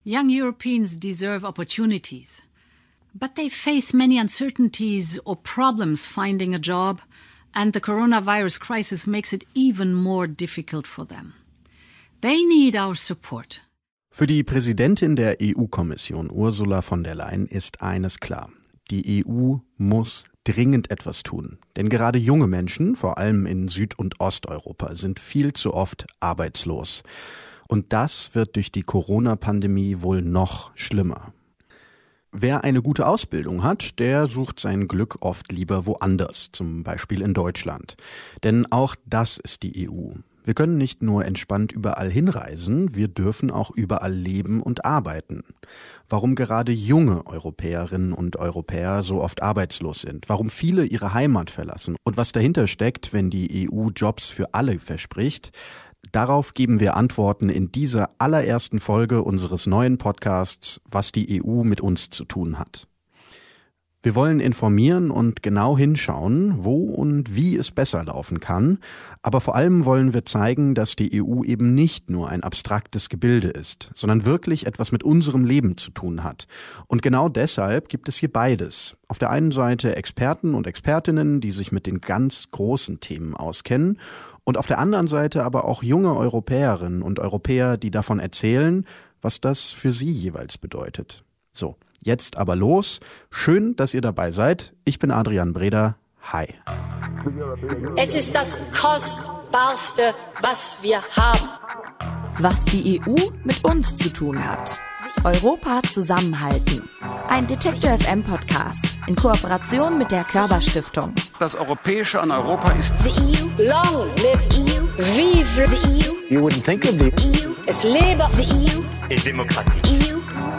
Young Europeans deserve opportunities, but they face many uncertainties or problems finding a job, and the coronavirus crisis makes it even more difficult for them. They need our support. Für die Präsidentin der EU-Kommission, Ursula von der Leyen, ist eines klar. Die EU muss dringend etwas tun. Denn gerade junge Menschen, vor allem in Süd- und Osteuropa, sind viel zu oft arbeitslos. Und das wird durch die Corona-Pandemie wohl noch schlimmer. Wer eine gute Ausbildung hat, der sucht sein Glück oft lieber woanders, zum Beispiel in Deutschland. Denn auch das ist die EU. Wir können nicht nur entspannt überall hinreisen, wir dürfen auch überall leben und arbeiten. Warum gerade junge Europäerinnen und Europäer so oft arbeitslos sind, warum viele ihre Heimat verlassen und was dahinter steckt, wenn die EU Jobs für alle verspricht, darauf geben wir Antworten in dieser allerersten Folge unseres neuen Podcasts, was die EU mit uns zu tun hat. Wir wollen informieren und genau hinschauen, wo und wie es besser laufen kann. Aber vor allem wollen wir zeigen, dass die EU eben nicht nur ein abstraktes Gebilde ist, sondern wirklich etwas mit unserem Leben zu tun hat. Und genau deshalb gibt es hier beides. Auf der einen Seite Experten und Expertinnen, die sich mit den ganz großen Themen auskennen. Und auf der anderen Seite aber auch junge Europäerinnen und Europäer, die davon erzählen, was das für sie jeweils bedeutet. So. Jetzt aber los. Schön, dass ihr dabei seid. Ich bin Adrian Breder. Hi. Es ist das Kostbarste, was wir haben. Was die EU mit uns zu tun hat. Europa zusammenhalten. Ein Detektor FM Podcast in Kooperation mit der Körber Stiftung. Das Europäische an Europa ist The EU, long live EU, vive the EU. You wouldn't think of the EU, es lebe the EU. Et Demokratie. EU.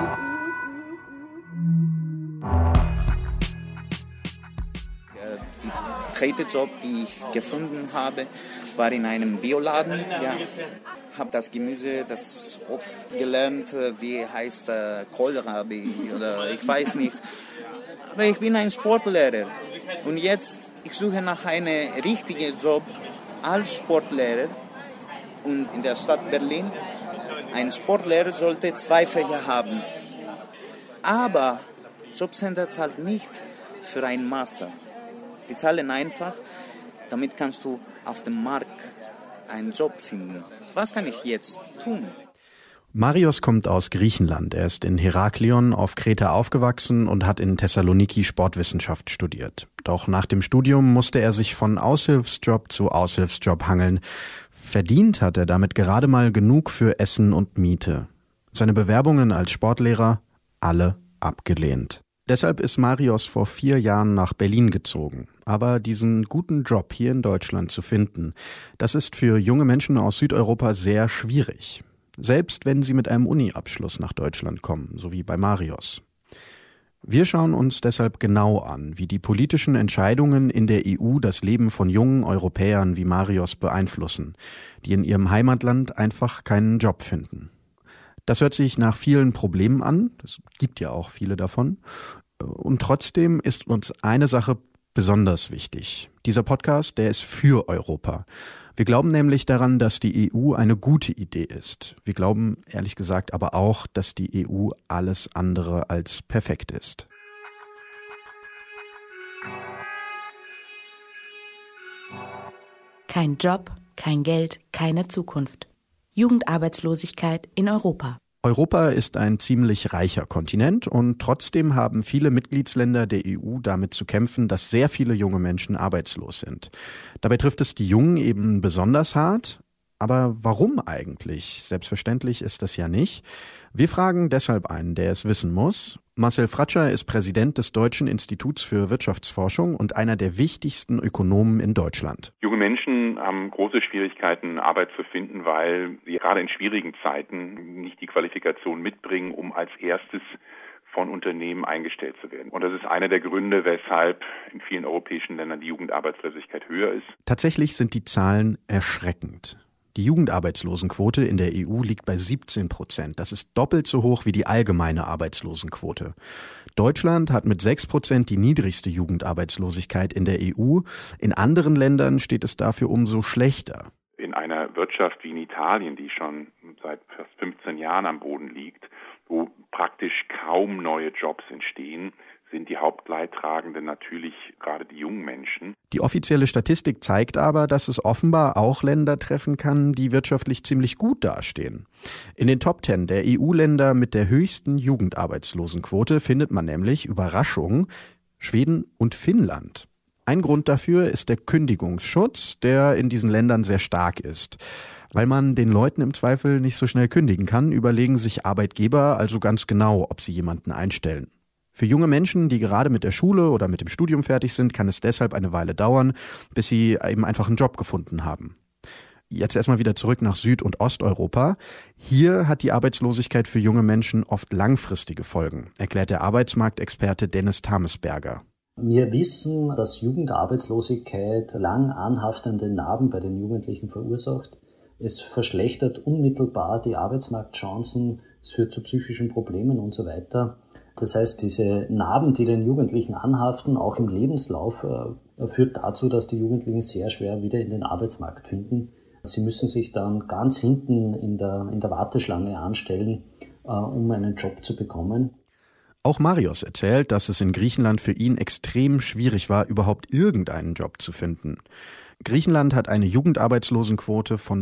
Der dritte Job, den ich gefunden habe, war in einem Bioladen. Ja, habe das Gemüse, das Obst gelernt, wie heißt Kohlrabi oder ich weiß nicht. Aber ich bin ein Sportlehrer und jetzt ich suche nach einem richtigen Job als Sportlehrer. Und in der Stadt Berlin, ein Sportlehrer sollte 2 Fächer haben. Aber Jobcenter zahlt nicht für einen Master. Die zahlen einfach, damit kannst du auf dem Markt einen Job finden. Was kann ich jetzt tun? Marios kommt aus Griechenland. Er ist in Heraklion auf Kreta aufgewachsen und hat in Thessaloniki Sportwissenschaft studiert. Doch nach dem Studium musste er sich von Aushilfsjob zu Aushilfsjob hangeln. Verdient hat er damit gerade mal genug für Essen und Miete. Seine Bewerbungen als Sportlehrer, alle abgelehnt. Deshalb ist Marios vor 4 Jahren nach Berlin gezogen. Aber diesen guten Job hier in Deutschland zu finden, das ist für junge Menschen aus Südeuropa sehr schwierig. Selbst wenn sie mit einem Uni-Abschluss nach Deutschland kommen, so wie bei Marios. Wir schauen uns deshalb genau an, wie die politischen Entscheidungen in der EU das Leben von jungen Europäern wie Marios beeinflussen, die in ihrem Heimatland einfach keinen Job finden. Das hört sich nach vielen Problemen an, es gibt ja auch viele davon. Und trotzdem ist uns eine Sache besonders wichtig. Dieser Podcast, der ist für Europa. Wir glauben nämlich daran, dass die EU eine gute Idee ist. Wir glauben ehrlich gesagt aber auch, dass die EU alles andere als perfekt ist. Kein Job, kein Geld, keine Zukunft. Jugendarbeitslosigkeit in Europa. Europa ist ein ziemlich reicher Kontinent und trotzdem haben viele Mitgliedsländer der EU damit zu kämpfen, dass sehr viele junge Menschen arbeitslos sind. Dabei trifft es die Jungen eben besonders hart. Aber warum eigentlich? Selbstverständlich ist das ja nicht. Wir fragen deshalb einen, der es wissen muss. Marcel Fratscher ist Präsident des Deutschen Instituts für Wirtschaftsforschung und einer der wichtigsten Ökonomen in Deutschland. Junge Menschen haben große Schwierigkeiten, Arbeit zu finden, weil sie gerade in schwierigen Zeiten nicht die Qualifikation mitbringen, um als erstes von Unternehmen eingestellt zu werden. Und das ist einer der Gründe, weshalb in vielen europäischen Ländern die Jugendarbeitslosigkeit höher ist. Tatsächlich sind die Zahlen erschreckend. Die Jugendarbeitslosenquote in der EU liegt bei 17%. Das ist doppelt so hoch wie die allgemeine Arbeitslosenquote. Deutschland hat mit 6% die niedrigste Jugendarbeitslosigkeit in der EU. In anderen Ländern steht es dafür umso schlechter. In einer Wirtschaft wie in Italien, die schon seit fast 15 Jahren am Boden liegt, wo kaum neue Jobs entstehen, sind die Hauptleidtragenden natürlich gerade die jungen Menschen. Die offizielle Statistik zeigt aber, dass es offenbar auch Länder treffen kann, die wirtschaftlich ziemlich gut dastehen. In den Top 10 der EU-Länder mit der höchsten Jugendarbeitslosenquote findet man nämlich, Überraschung, Schweden und Finnland. Ein Grund dafür ist der Kündigungsschutz, der in diesen Ländern sehr stark ist. Weil man den Leuten im Zweifel nicht so schnell kündigen kann, überlegen sich Arbeitgeber also ganz genau, ob sie jemanden einstellen. Für junge Menschen, die gerade mit der Schule oder mit dem Studium fertig sind, kann es deshalb eine Weile dauern, bis sie eben einfach einen Job gefunden haben. Jetzt erstmal wieder zurück nach Süd- und Osteuropa. Hier hat die Arbeitslosigkeit für junge Menschen oft langfristige Folgen, erklärt der Arbeitsmarktexperte Dennis Tamesberger. Wir wissen, dass Jugendarbeitslosigkeit lang anhaftende Narben bei den Jugendlichen verursacht. Es verschlechtert unmittelbar die Arbeitsmarktchancen, es führt zu psychischen Problemen und so weiter. Das heißt, diese Narben, die den Jugendlichen anhaften, auch im Lebenslauf, führt dazu, dass die Jugendlichen sehr schwer wieder in den Arbeitsmarkt finden. Sie müssen sich dann ganz hinten in der Warteschlange anstellen, um einen Job zu bekommen. Auch Marios erzählt, dass es in Griechenland für ihn extrem schwierig war, überhaupt irgendeinen Job zu finden. Griechenland hat eine Jugendarbeitslosenquote von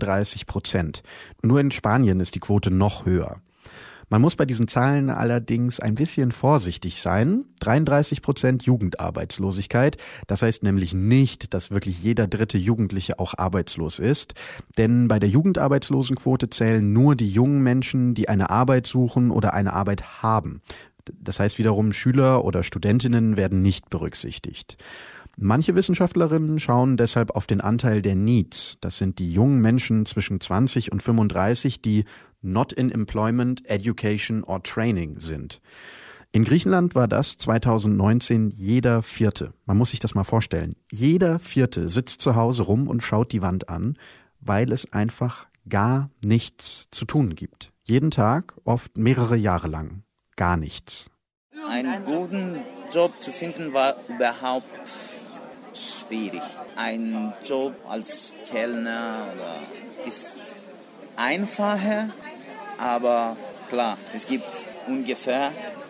33%. Nur in Spanien ist die Quote noch höher. Man muss bei diesen Zahlen allerdings ein bisschen vorsichtig sein. 33% Jugendarbeitslosigkeit, das heißt nämlich nicht, dass wirklich jeder dritte Jugendliche auch arbeitslos ist. Denn bei der Jugendarbeitslosenquote zählen nur die jungen Menschen, die eine Arbeit suchen oder eine Arbeit haben. Das heißt wiederum, Schüler oder Studentinnen werden nicht berücksichtigt. Manche Wissenschaftlerinnen schauen deshalb auf den Anteil der NEETs. Das sind die jungen Menschen zwischen 20 und 35, die not in employment, education or training sind. In Griechenland war das 2019 jeder Vierte. Man muss sich das mal vorstellen. Jeder Vierte sitzt zu Hause rum und schaut die Wand an, weil es einfach gar nichts zu tun gibt. Jeden Tag, oft mehrere Jahre lang. Gar nichts. Einen guten Job zu finden war überhaupt schwierig. Ein Job als Kellner ist einfacher, aber klar, es gibt ungefähr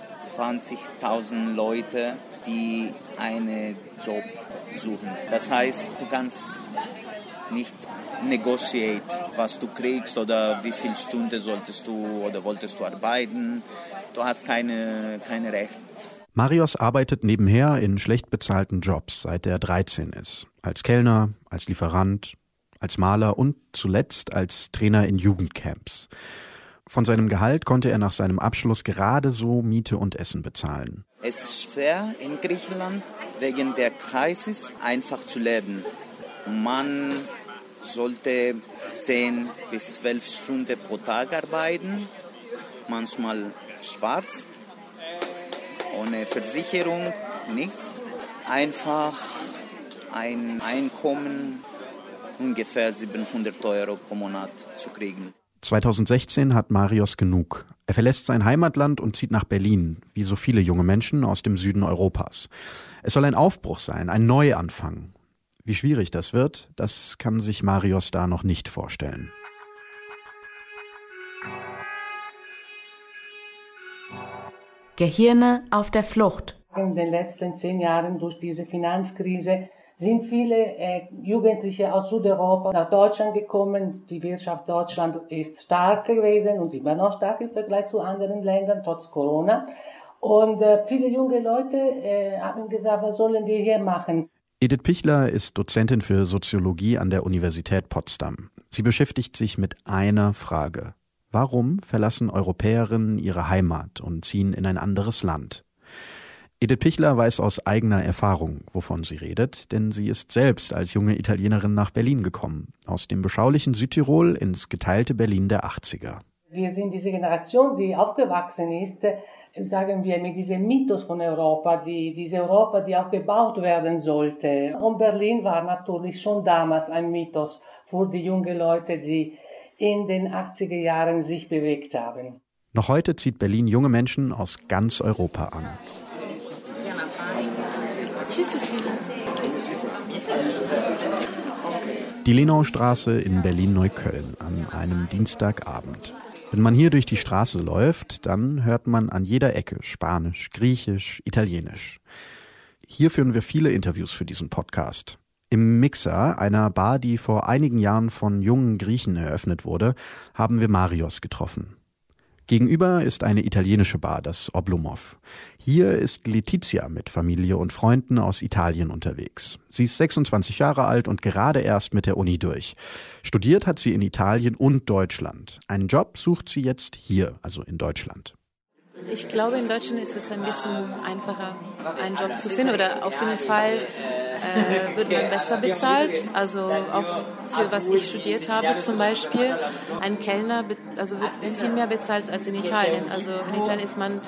20.000 Leute, die einen Job suchen. Das heißt, du kannst nicht negotiate, was du kriegst oder wie viele Stunden solltest du oder wolltest du arbeiten. Du hast keine Rechte. Marios arbeitet nebenher in schlecht bezahlten Jobs, seit er 13 ist. Als Kellner, als Lieferant, als Maler und zuletzt als Trainer in Jugendcamps. Von seinem Gehalt konnte er nach seinem Abschluss gerade so Miete und Essen bezahlen. Es ist schwer in Griechenland, wegen der Krise einfach zu leben. Man sollte 10 bis 12 Stunden pro Tag arbeiten, manchmal schwarz. Ohne Versicherung, nichts. Einfach ein Einkommen, ungefähr 700 Euro pro Monat zu kriegen. 2016 hat Marios genug. Er verlässt sein Heimatland und zieht nach Berlin, wie so viele junge Menschen aus dem Süden Europas. Es soll ein Aufbruch sein, ein Neuanfang. Wie schwierig das wird, das kann sich Marios da noch nicht vorstellen. Gehirne auf der Flucht. In den letzten 10 Jahren durch diese Finanzkrise sind viele Jugendliche aus Südeuropa nach Deutschland gekommen. Die Wirtschaft Deutschland ist stark gewesen und immer noch stark im Vergleich zu anderen Ländern, trotz Corona. Und viele junge Leute haben gesagt, was sollen wir hier machen? Edith Pichler ist Dozentin für Soziologie an der Universität Potsdam. Sie beschäftigt sich mit einer Frage. Warum verlassen Europäerinnen ihre Heimat und ziehen in ein anderes Land? Edith Pichler weiß aus eigener Erfahrung, wovon sie redet, denn sie ist selbst als junge Italienerin nach Berlin gekommen, aus dem beschaulichen Südtirol ins geteilte Berlin der 80er. Wir sind diese Generation, die aufgewachsen ist, sagen wir, mit diesem Mythos von Europa, diese Europa, die auch gebaut werden sollte. Und Berlin war natürlich schon damals ein Mythos für die jungen Leute, die in den 80er Jahren sich bewegt haben. Noch heute zieht Berlin junge Menschen aus ganz Europa an. Die Lenaustraße in Berlin-Neukölln an einem Dienstagabend. Wenn man hier durch die Straße läuft, dann hört man an jeder Ecke Spanisch, Griechisch, Italienisch. Hier führen wir viele Interviews für diesen Podcast. Im Mixer, einer Bar, die vor einigen Jahren von jungen Griechen eröffnet wurde, haben wir Marios getroffen. Gegenüber ist eine italienische Bar, das Oblomov. Hier ist Letizia mit Familie und Freunden aus Italien unterwegs. Sie ist 26 Jahre alt und gerade erst mit der Uni durch. Studiert hat sie in Italien und Deutschland. Einen Job sucht sie jetzt hier, also in Deutschland. Ich glaube, in Deutschland ist es ein bisschen einfacher, einen Job zu finden. Oder auf jeden Fall wird man besser bezahlt. Also auch für was ich studiert habe zum Beispiel. Ein Kellner wird viel mehr bezahlt als in Italien. Also in Italien ist man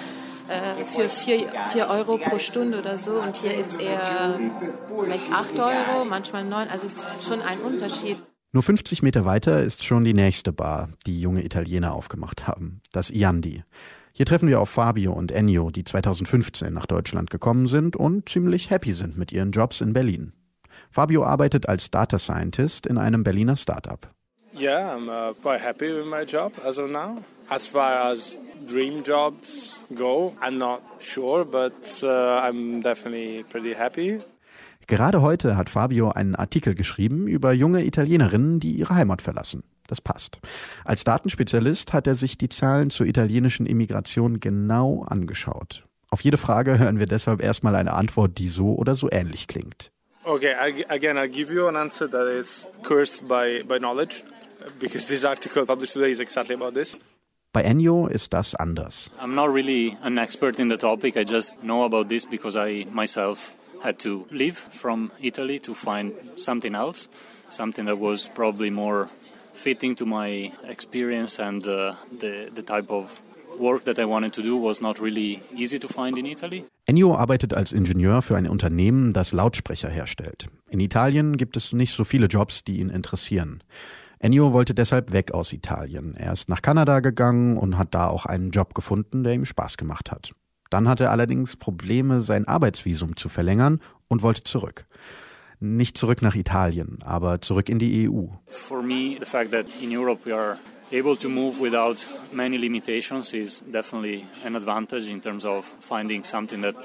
für 4 Euro pro Stunde oder so. Und hier ist eher vielleicht 8 Euro, manchmal 9. Also es ist schon ein Unterschied. Nur 50 Meter weiter ist schon die nächste Bar, die junge Italiener aufgemacht haben. Das Iandi. Hier treffen wir auf Fabio und Ennio, die 2015 nach Deutschland gekommen sind und ziemlich happy sind mit ihren Jobs in Berlin. Fabio arbeitet als Data Scientist in einem Berliner Startup. Yeah, I'm quite happy with my job as of now. As far as dream jobs go, I'm not sure, but I'm definitely pretty happy. Gerade heute hat Fabio einen Artikel geschrieben über junge Italienerinnen, die ihre Heimat verlassen. Das passt. Als Datenspezialist hat er sich die Zahlen zur italienischen Immigration genau angeschaut. Auf jede Frage hören wir deshalb erstmal eine Antwort, die so oder so ähnlich klingt. Okay, I'll give you an answer that is cursed by knowledge, because this article published today is exactly about this. Bei Ennio ist das anders. I'm not really an expert in the topic. I just know about this because I myself had to leave from Italy to find something else, something that was probably more fitting to my experience, and the type of work that I wanted to do was not really easy to find in Italy. Ennio arbeitet als Ingenieur für ein Unternehmen, das Lautsprecher herstellt. In Italien gibt es nicht so viele Jobs, die ihn interessieren. Ennio wollte deshalb weg aus Italien. Er ist nach Kanada gegangen und hat da auch einen Job gefunden, der ihm Spaß gemacht hat. Dann hatte er allerdings Probleme, sein Arbeitsvisum zu verlängern und wollte zurück. Nicht zurück nach Italien, aber zurück in die EU. For me, the fact that in Europe we are able to move without many limitations is definitely an advantage in terms of finding something that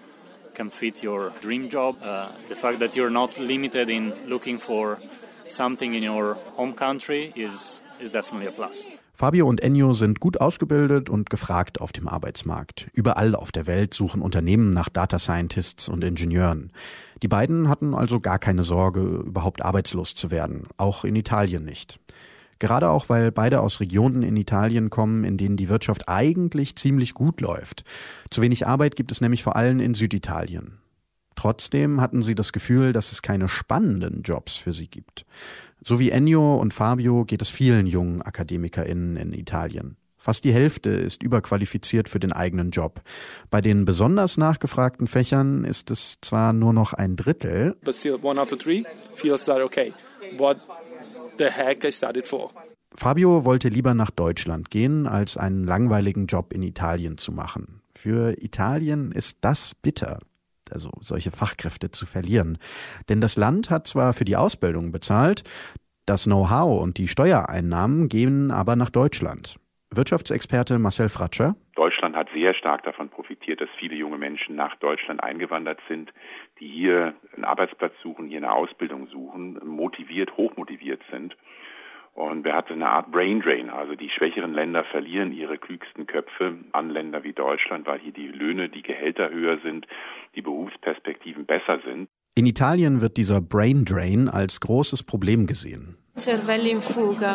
can fit your dream job. The fact that you're not limited in looking for something in your home country is definitely a plus. Fabio und Ennio sind gut ausgebildet und gefragt auf dem Arbeitsmarkt. Überall auf der Welt suchen Unternehmen nach Data Scientists und Ingenieuren. Die beiden hatten also gar keine Sorge, überhaupt arbeitslos zu werden, auch in Italien nicht. Gerade auch, weil beide aus Regionen in Italien kommen, in denen die Wirtschaft eigentlich ziemlich gut läuft. Zu wenig Arbeit gibt es nämlich vor allem in Süditalien. Trotzdem hatten sie das Gefühl, dass es keine spannenden Jobs für sie gibt. So wie Ennio und Fabio geht es vielen jungen AkademikerInnen in Italien. Fast die Hälfte ist überqualifiziert für den eigenen Job. Bei den besonders nachgefragten Fächern ist es zwar nur noch ein Drittel, but still 1 out of 3 feels that okay, what the heck I studied for. Fabio wollte lieber nach Deutschland gehen, als einen langweiligen Job in Italien zu machen. Für Italien ist das bitter, also solche Fachkräfte zu verlieren. Denn das Land hat zwar für die Ausbildung bezahlt, das Know-how und die Steuereinnahmen gehen aber nach Deutschland. Wirtschaftsexperte Marcel Fratscher. Deutschland hat sehr stark davon profitiert, dass viele junge Menschen nach Deutschland eingewandert sind, die hier einen Arbeitsplatz suchen, hier eine Ausbildung suchen, hochmotiviert sind. Und wir hatten eine Art Brain Drain, also die schwächeren Länder verlieren ihre klügsten Köpfe an Länder wie Deutschland, weil hier die Löhne, die Gehälter höher sind, die Berufsperspektiven besser sind. In Italien wird dieser Brain Drain als großes Problem gesehen. Cervelli in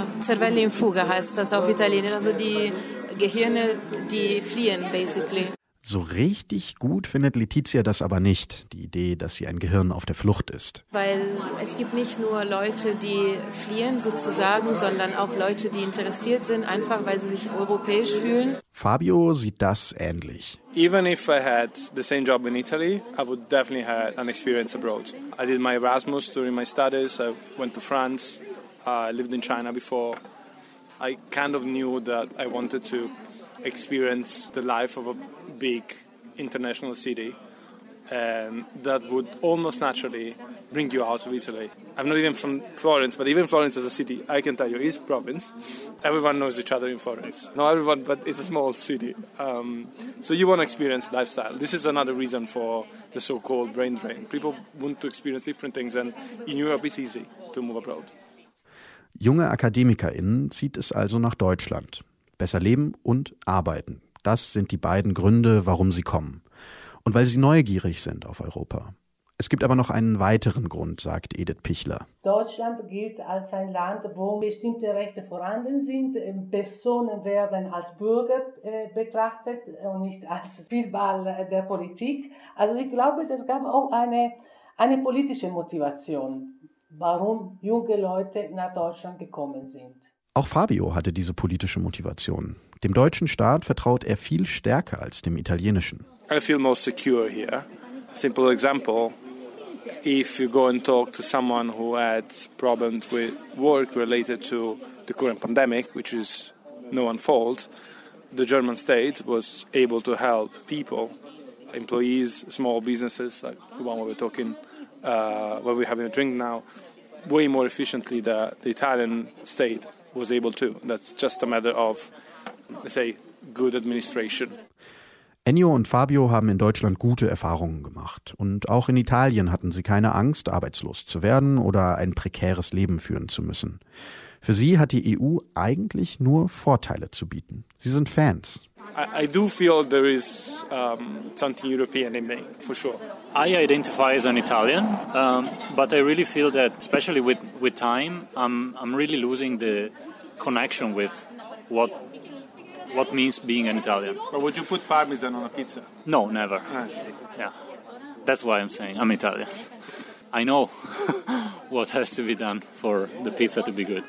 fuga heißt das auf Italienisch, also die Gehirne, die fliehen basically. So richtig gut findet Letizia das aber nicht, die Idee, dass sie ein Gehirn auf der Flucht ist. Weil es gibt nicht nur Leute, die fliehen sozusagen, sondern auch Leute, die interessiert sind, einfach weil sie sich europäisch fühlen. Fabio sieht das ähnlich. Even if I had the same job in Italy, I would definitely have an experience abroad. I did my Erasmus during my studies, I went to France, I lived in China before. I kind of knew that I wanted to experience the life of a big international city, and that would almost naturally bring you out of Italy. I'm not even from Florence, but even Florence as a city, I can tell you, is province. Everyone knows each other in Florence. Not everyone, but it's a small city. So you want to experience lifestyle. This is another reason for the so-called brain drain. People want to experience different things, and in Europe it's easy to move abroad. Junge AkademikerInnen zieht es also nach Deutschland. Besser leben und arbeiten. Das sind die beiden Gründe, warum sie kommen. Und weil sie neugierig sind auf Europa. Es gibt aber noch einen weiteren Grund, sagt Edith Pichler. Deutschland gilt als ein Land, wo bestimmte Rechte vorhanden sind. Personen werden als Bürger betrachtet und nicht als Spielball der Politik. Also ich glaube, es gab auch eine politische Motivation, warum junge Leute nach Deutschland gekommen sind. Auch Fabio hatte diese politische Motivation. Dem deutschen Staat vertraut er viel stärker als dem italienischen. I feel more secure here. Simple example, if you go and talk to someone who had problems with work related to the current pandemic, which is no one's fault, the German state was able to help people, employees, small businesses, like the one we're talking, where we're having a drink now, way more efficiently than the Italian state was able to. That's just a matter of, let's say, good administration. Ennio und Fabio haben in Deutschland gute Erfahrungen gemacht. Und auch in Italien hatten sie keine Angst, arbeitslos zu werden oder ein prekäres Leben führen zu müssen. Für sie hat die EU eigentlich nur Vorteile zu bieten. Sie sind Fans. I do feel there is something European in me, for sure. I identify as an Italian, but I really feel that, especially with time, I'm really losing the connection with what means being an Italian. But would you put Parmesan on a pizza? No, never. Yeah, that's why I'm saying I'm Italian. I know what has to be done for the pizza to be good.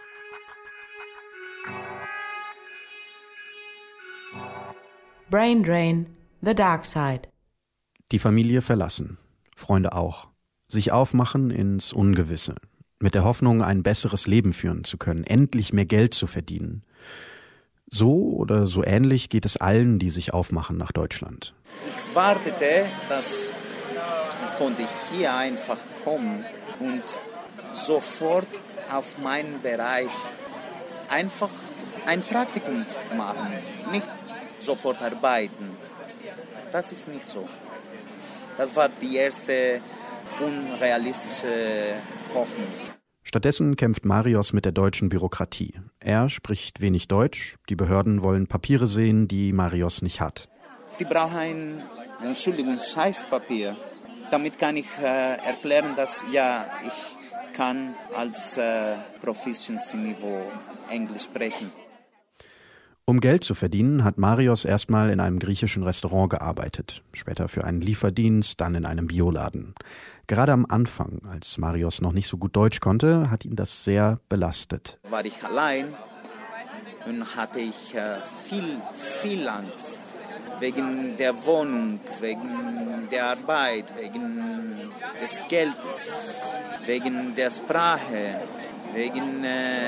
Brain Drain, The Dark Side. Die Familie verlassen, Freunde auch. Sich aufmachen ins Ungewisse. Mit der Hoffnung, ein besseres Leben führen zu können, endlich mehr Geld zu verdienen. So oder so ähnlich geht es allen, die sich aufmachen nach Deutschland. Ich wartete, dass konnte ich hier einfach kommen und sofort auf meinen Bereich einfach ein Praktikum machen, nicht sofort arbeiten. Das ist nicht so. Das war die erste unrealistische Hoffnung. Stattdessen kämpft Marios mit der deutschen Bürokratie. Er spricht wenig Deutsch, die Behörden wollen Papiere sehen, die Marios nicht hat. Die brauchen ein Scheißpapier. Damit kann ich erklären, dass ja, ich kann als Proficiency-Niveau Englisch sprechen. Um Geld zu verdienen, hat Marios erstmal in einem griechischen Restaurant gearbeitet, später für einen Lieferdienst, dann in einem Bioladen. Gerade am Anfang, als Marios noch nicht so gut Deutsch konnte, hat ihn das sehr belastet. War ich allein und hatte ich viel Angst. Wegen der Wohnung, wegen der Arbeit, wegen des Geldes, wegen der Sprache, wegen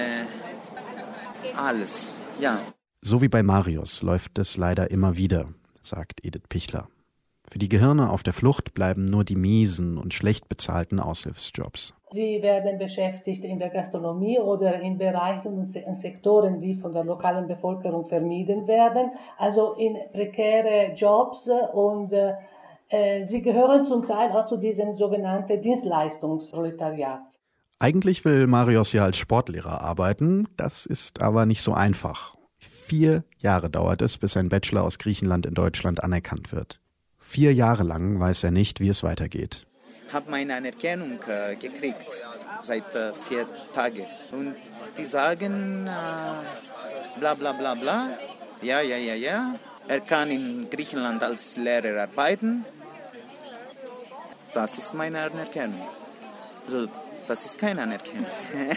alles, ja. So wie bei Marios läuft es leider immer wieder, sagt Edith Pichler. Für die Gehirne auf der Flucht bleiben nur die miesen und schlecht bezahlten Aushilfsjobs. Sie werden beschäftigt in der Gastronomie oder in Bereichen und Sektoren, die von der lokalen Bevölkerung vermieden werden, also in prekäre Jobs, und sie gehören zum Teil auch zu diesem sogenannten Dienstleistungsproletariat. Eigentlich will Marios ja als Sportlehrer arbeiten, das ist aber nicht so einfach. 4 Jahre dauert es, bis ein Bachelor aus Griechenland in Deutschland anerkannt wird. 4 Jahre lang weiß er nicht, wie es weitergeht. Ich habe meine Anerkennung gekriegt seit 4 Tagen. Und die sagen bla bla bla bla. Ja. Er kann in Griechenland als Lehrer arbeiten. Das ist meine Anerkennung. Also, das ist keine Anerkennung.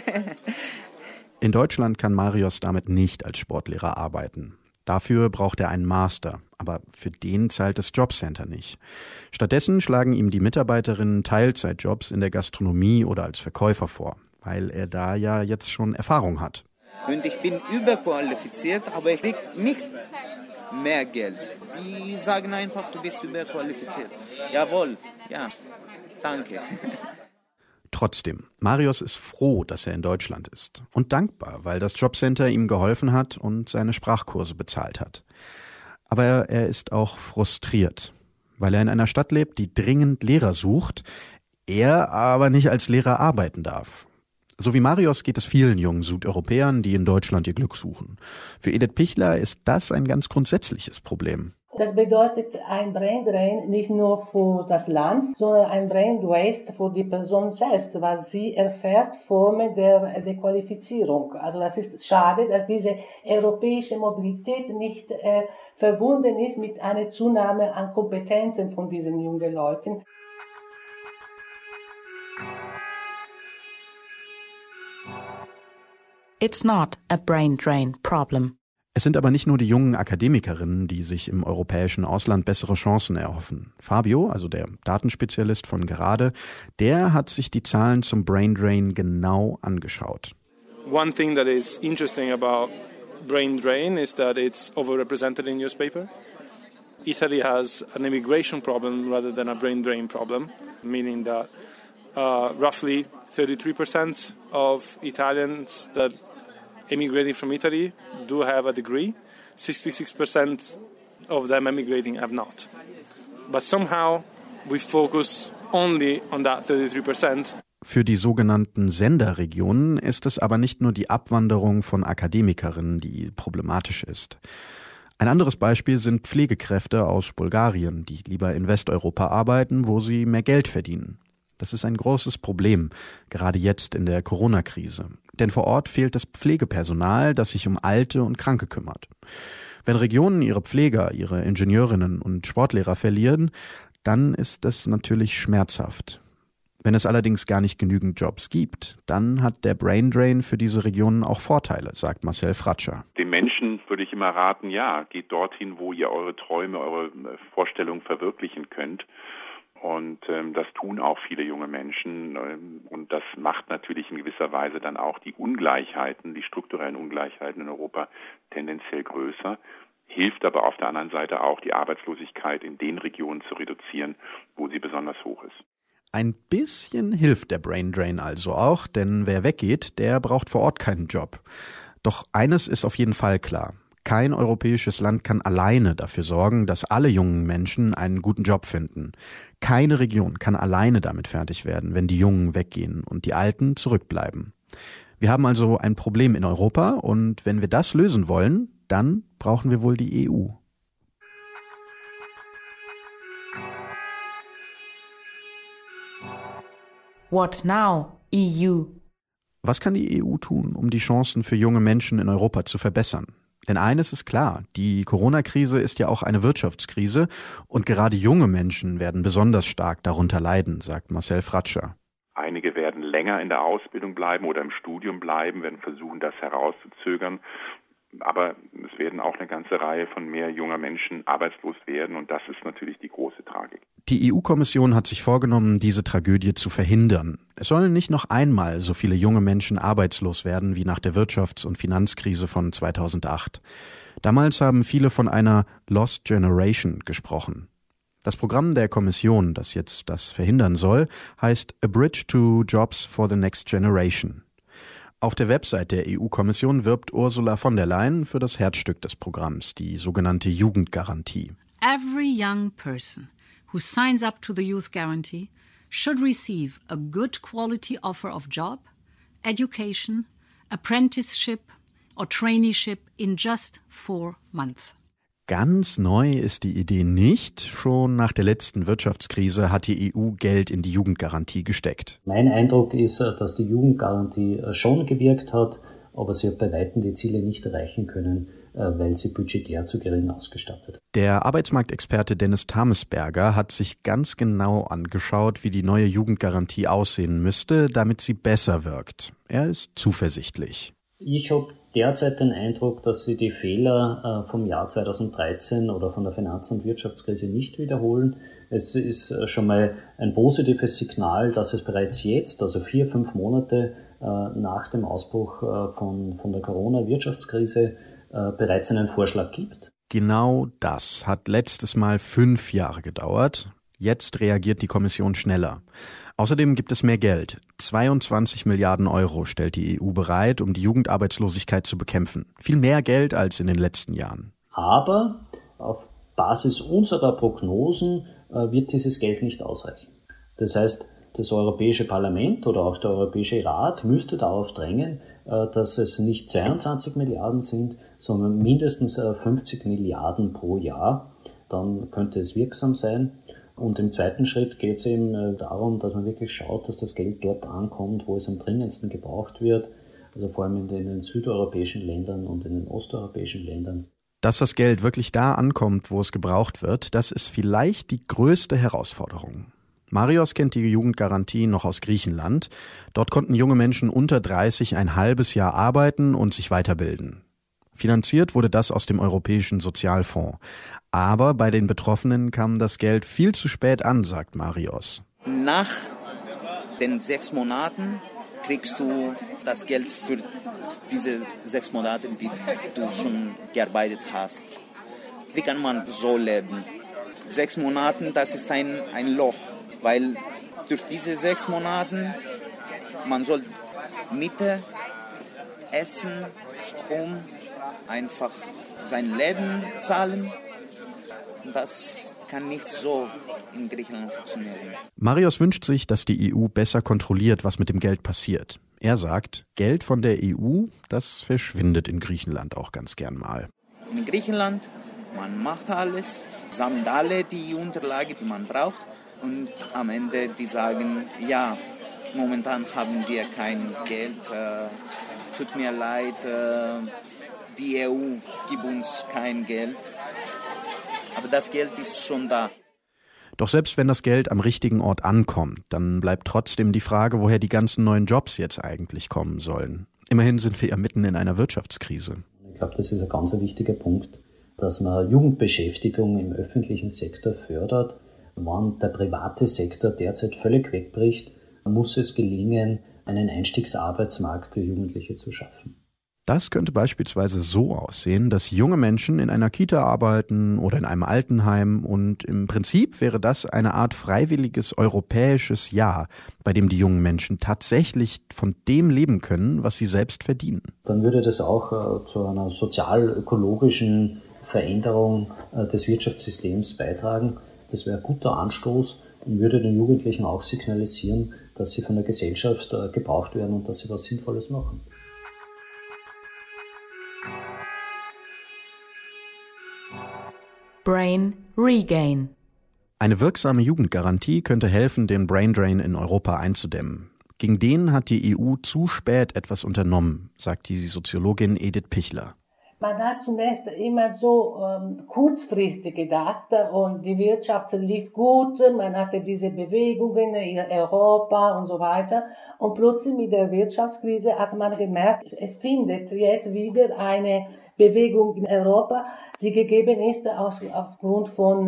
In Deutschland kann Marios damit nicht als Sportlehrer arbeiten. Dafür braucht er einen Master, aber für den zahlt das Jobcenter nicht. Stattdessen schlagen ihm die Mitarbeiterinnen Teilzeitjobs in der Gastronomie oder als Verkäufer vor, weil er da ja jetzt schon Erfahrung hat. Und ich bin überqualifiziert, aber ich kriege nicht mehr Geld. Die sagen einfach, du bist überqualifiziert. Jawohl, ja, danke. Trotzdem, Marius ist froh, dass er in Deutschland ist und dankbar, weil das Jobcenter ihm geholfen hat und seine Sprachkurse bezahlt hat. Aber er ist auch frustriert, weil er in einer Stadt lebt, die dringend Lehrer sucht, er aber nicht als Lehrer arbeiten darf. So wie Marius geht es vielen jungen Südeuropäern, die in Deutschland ihr Glück suchen. Für Edith Pichler ist das ein ganz grundsätzliches Problem. Das bedeutet ein Brain Drain nicht nur für das Land, sondern ein Brain Waste für die Person selbst, weil sie erfährt Formen der Dequalifizierung. Also das ist schade, dass diese europäische Mobilität nicht verbunden ist mit einer Zunahme an Kompetenzen von diesen jungen Leuten. It's not a brain drain problem. Es sind aber nicht nur die jungen Akademikerinnen, die sich im europäischen Ausland bessere Chancen erhoffen. Fabio, also der Datenspezialist von Gerade, der hat sich die Zahlen zum Brain Drain genau angeschaut. One thing that is interesting about brain drain is that it's overrepresented in newspaper. Italy has an immigration problem rather than a brain drain problem, meaning that roughly 33% of Italians that immigrating from Italy do have a degree. 66% of them emigrating have not. But somehow we focus only on that 33%. Für die sogenannten Senderregionen ist es aber nicht nur die Abwanderung von Akademikerinnen, die problematisch ist. Ein anderes Beispiel sind Pflegekräfte aus Bulgarien, die lieber in Westeuropa arbeiten, wo sie mehr Geld verdienen. Das ist ein großes Problem, gerade jetzt in der Corona-Krise. Denn vor Ort fehlt das Pflegepersonal, das sich um Alte und Kranke kümmert. Wenn Regionen ihre Pfleger, ihre Ingenieurinnen und Sportlehrer verlieren, dann ist das natürlich schmerzhaft. Wenn es allerdings gar nicht genügend Jobs gibt, dann hat der Brain Drain für diese Regionen auch Vorteile, sagt Marcel Fratscher. Den Menschen würde ich immer raten, ja, geht dorthin, wo ihr eure Träume, eure Vorstellungen verwirklichen könnt. Und das tun auch viele junge Menschen. Und das macht natürlich in gewisser Weise dann auch die Ungleichheiten, die strukturellen Ungleichheiten in Europa tendenziell größer. Hilft aber auf der anderen Seite auch, die Arbeitslosigkeit in den Regionen zu reduzieren, wo sie besonders hoch ist. Ein bisschen hilft der Brain Drain also auch, denn wer weggeht, der braucht vor Ort keinen Job. Doch eines ist auf jeden Fall klar. Kein europäisches Land kann alleine dafür sorgen, dass alle jungen Menschen einen guten Job finden. Keine Region kann alleine damit fertig werden, wenn die Jungen weggehen und die Alten zurückbleiben. Wir haben also ein Problem in Europa und wenn wir das lösen wollen, dann brauchen wir wohl die EU. What now, EU? Was kann die EU tun, um die Chancen für junge Menschen in Europa zu verbessern? Denn eines ist klar, die Corona-Krise ist ja auch eine Wirtschaftskrise und gerade junge Menschen werden besonders stark darunter leiden, sagt Marcel Fratscher. Einige werden länger in der Ausbildung bleiben oder im Studium bleiben, werden versuchen, das herauszuzögern. Aber es werden auch eine ganze Reihe von mehr junger Menschen arbeitslos werden und das ist natürlich die große Tragik. Die EU-Kommission hat sich vorgenommen, diese Tragödie zu verhindern. Es sollen nicht noch einmal so viele junge Menschen arbeitslos werden wie nach der Wirtschafts- und Finanzkrise von 2008. Damals haben viele von einer Lost Generation gesprochen. Das Programm der Kommission, das jetzt das verhindern soll, heißt A Bridge to Jobs for the Next Generation. Auf der Website der EU-Kommission wirbt Ursula von der Leyen für das Herzstück des Programms, die sogenannte Jugendgarantie. Every young person who signs up to the Youth Guarantee should receive a good quality offer of job, education, apprenticeship or traineeship in just 4 months. Ganz neu ist die Idee nicht. Schon nach der letzten Wirtschaftskrise hat die EU Geld in die Jugendgarantie gesteckt. Mein Eindruck ist, dass die Jugendgarantie schon gewirkt hat, aber sie hat bei weitem die Ziele nicht erreichen können, weil sie budgetär zu gering ausgestattet. Der Arbeitsmarktexperte Dennis Thamesberger hat sich ganz genau angeschaut, wie die neue Jugendgarantie aussehen müsste, damit sie besser wirkt. Er ist zuversichtlich. Ich habe derzeit den Eindruck, dass sie die Fehler vom Jahr 2013 oder von der Finanz- und Wirtschaftskrise nicht wiederholen. Es ist schon mal ein positives Signal, dass es bereits jetzt, also 4-5 Monate nach dem Ausbruch von der Corona-Wirtschaftskrise, bereits einen Vorschlag gibt. Genau das hat letztes Mal 5 Jahre gedauert. Jetzt reagiert die Kommission schneller. Außerdem gibt es mehr Geld. 22 Milliarden Euro stellt die EU bereit, um die Jugendarbeitslosigkeit zu bekämpfen. Viel mehr Geld als in den letzten Jahren. Aber auf Basis unserer Prognosen wird dieses Geld nicht ausreichen. Das heißt, das Europäische Parlament oder auch der Europäische Rat müsste darauf drängen, dass es nicht 22 Milliarden sind, sondern mindestens 50 Milliarden pro Jahr. Dann könnte es wirksam sein. Und im zweiten Schritt geht es eben darum, dass man wirklich schaut, dass das Geld dort ankommt, wo es am dringendsten gebraucht wird, also vor allem in den südeuropäischen Ländern und in den osteuropäischen Ländern. Dass das Geld wirklich da ankommt, wo es gebraucht wird, das ist vielleicht die größte Herausforderung. Marios kennt die Jugendgarantie noch aus Griechenland. Dort konnten junge Menschen unter 30 ein halbes Jahr arbeiten und sich weiterbilden. Finanziert wurde das aus dem Europäischen Sozialfonds. Aber bei den Betroffenen kam das Geld viel zu spät an, sagt Marios. Nach den 6 Monaten kriegst du das Geld für diese 6 Monate, die du schon gearbeitet hast. Wie kann man so leben? 6 Monate, das ist ein Loch, weil durch diese 6 Monate man soll Miete, Essen, Strom, einfach sein Leben zahlen. Das kann nicht so in Griechenland funktionieren. Marios wünscht sich, dass die EU besser kontrolliert, was mit dem Geld passiert. Er sagt, Geld von der EU, das verschwindet in Griechenland auch ganz gern mal. In Griechenland, man macht alles, sammelt alle die Unterlagen, die man braucht und am Ende die sagen, ja, momentan haben wir kein Geld, tut mir leid, die EU gibt uns kein Geld. Aber das Geld ist schon da. Doch selbst wenn das Geld am richtigen Ort ankommt, dann bleibt trotzdem die Frage, woher die ganzen neuen Jobs jetzt eigentlich kommen sollen. Immerhin sind wir ja mitten in einer Wirtschaftskrise. Ich glaube, das ist ein ganz wichtiger Punkt, dass man Jugendbeschäftigung im öffentlichen Sektor fördert. Wenn der private Sektor derzeit völlig wegbricht, muss es gelingen, einen Einstiegsarbeitsmarkt für Jugendliche zu schaffen. Das könnte beispielsweise so aussehen, dass junge Menschen in einer Kita arbeiten oder in einem Altenheim und im Prinzip wäre das eine Art freiwilliges europäisches Jahr, bei dem die jungen Menschen tatsächlich von dem leben können, was sie selbst verdienen. Dann würde das auch zu einer sozial-ökologischen Veränderung des Wirtschaftssystems beitragen. Das wäre ein guter Anstoß und würde den Jugendlichen auch signalisieren, dass sie von der Gesellschaft gebraucht werden und dass sie was Sinnvolles machen. Brain Regain. Eine wirksame Jugendgarantie könnte helfen, den Braindrain in Europa einzudämmen. Gegen den hat die EU zu spät etwas unternommen, sagt die Soziologin Edith Pichler. Man hat zunächst immer so kurzfristig gedacht und die Wirtschaft lief gut, man hatte diese Bewegungen in Europa und so weiter. Und plötzlich mit der Wirtschaftskrise hat man gemerkt, es findet jetzt wieder eine Bewegung in Europa, die gegeben ist aufgrund von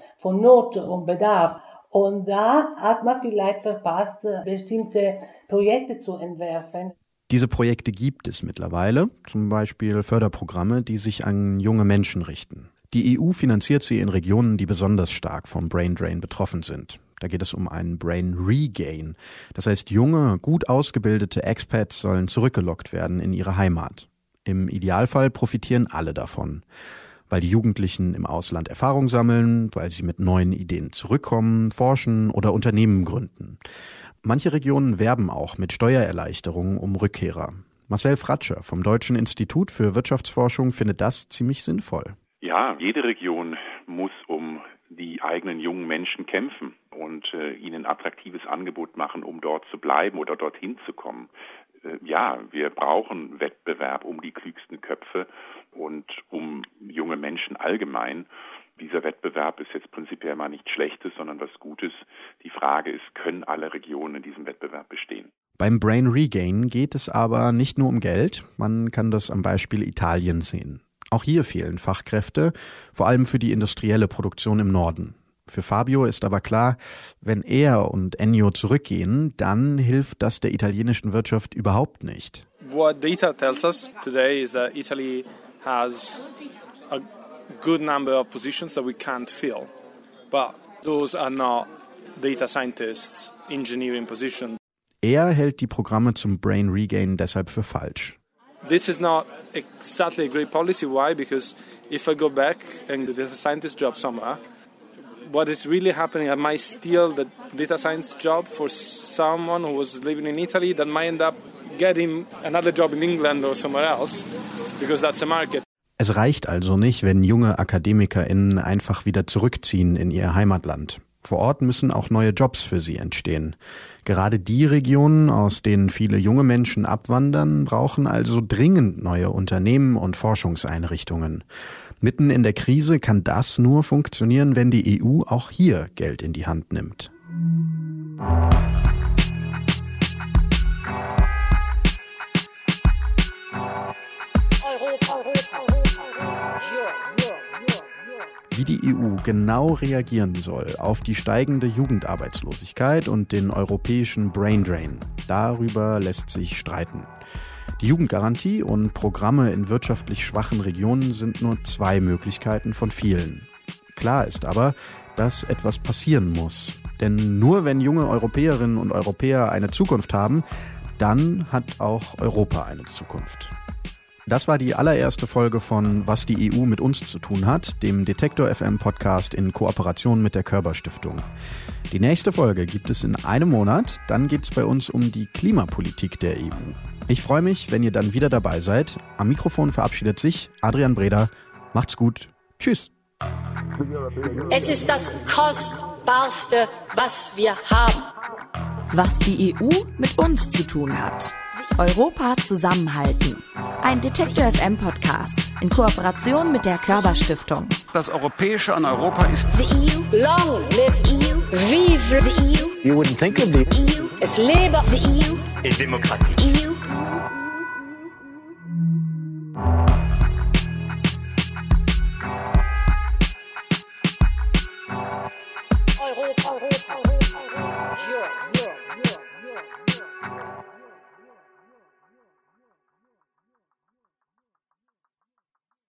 Not und Bedarf. Und da hat man vielleicht verpasst, bestimmte Projekte zu entwerfen. Diese Projekte gibt es mittlerweile, zum Beispiel Förderprogramme, die sich an junge Menschen richten. Die EU finanziert sie in Regionen, die besonders stark vom Braindrain betroffen sind. Da geht es um einen Brain Regain. Das heißt, junge, gut ausgebildete Expats sollen zurückgelockt werden in ihre Heimat. Im Idealfall profitieren alle davon, weil die Jugendlichen im Ausland Erfahrung sammeln, weil sie mit neuen Ideen zurückkommen, forschen oder Unternehmen gründen. Manche Regionen werben auch mit Steuererleichterungen um Rückkehrer. Marcel Fratscher vom Deutschen Institut für Wirtschaftsforschung findet das ziemlich sinnvoll. Ja, jede Region muss um die eigenen jungen Menschen kämpfen und ihnen ein attraktives Angebot machen, um dort zu bleiben oder dorthin zu kommen. Ja, wir brauchen Wettbewerb um die klügsten Köpfe und um junge Menschen allgemein. Dieser Wettbewerb ist jetzt prinzipiell mal nichts Schlechtes, sondern was Gutes. Die Frage ist, können alle Regionen in diesem Wettbewerb bestehen? Beim Brain Regain geht es aber nicht nur um Geld. Man kann das am Beispiel Italien sehen. Auch hier fehlen Fachkräfte, vor allem für die industrielle Produktion im Norden. Für Fabio ist aber klar, wenn er und Ennio zurückgehen, dann hilft das der italienischen Wirtschaft überhaupt nicht. What data tells us today is that Italy has a good number of positions that we can't fill. But those are not data scientists, engineering positions. Er hält die Programme zum Brain Regain deshalb für falsch. This is not exactly a great policy. Why? Because if I go back and do a data scientist job somewhere, what is really happening, I might steal the data science job for someone who was living in Italy that might end up getting another job in England or somewhere else, because that's a market. Es reicht also nicht, wenn junge AkademikerInnen einfach wieder zurückziehen in ihr Heimatland. Vor Ort müssen auch neue Jobs für sie entstehen. Gerade die Regionen, aus denen viele junge Menschen abwandern, brauchen also dringend neue Unternehmen und Forschungseinrichtungen. Mitten in der Krise kann das nur funktionieren, wenn die EU auch hier Geld in die Hand nimmt. Wie die EU genau reagieren soll auf die steigende Jugendarbeitslosigkeit und den europäischen Braindrain, darüber lässt sich streiten. Die Jugendgarantie und Programme in wirtschaftlich schwachen Regionen sind nur 2 Möglichkeiten von vielen. Klar ist aber, dass etwas passieren muss. Denn nur wenn junge Europäerinnen und Europäer eine Zukunft haben, dann hat auch Europa eine Zukunft. Das war die allererste Folge von Was die EU mit uns zu tun hat, dem Detektor FM Podcast in Kooperation mit der Körber Stiftung. Die nächste Folge gibt es in einem Monat, dann geht es bei uns um die Klimapolitik der EU. Ich freue mich, wenn ihr dann wieder dabei seid. Am Mikrofon verabschiedet sich Adrian Breda. Macht's gut. Tschüss. Es ist das Kostbarste, was wir haben. Was die EU mit uns zu tun hat. Europa zusammenhalten. Ein Detektor FM Podcast in Kooperation mit der Körber Stiftung. Das Europäische an Europa ist The EU, long live EU, vive the EU. You wouldn't think of the EU, es lebe the EU. in Demokratie. EU. Europa, Europa, Europa, Europa. Europe, Europe, Europe.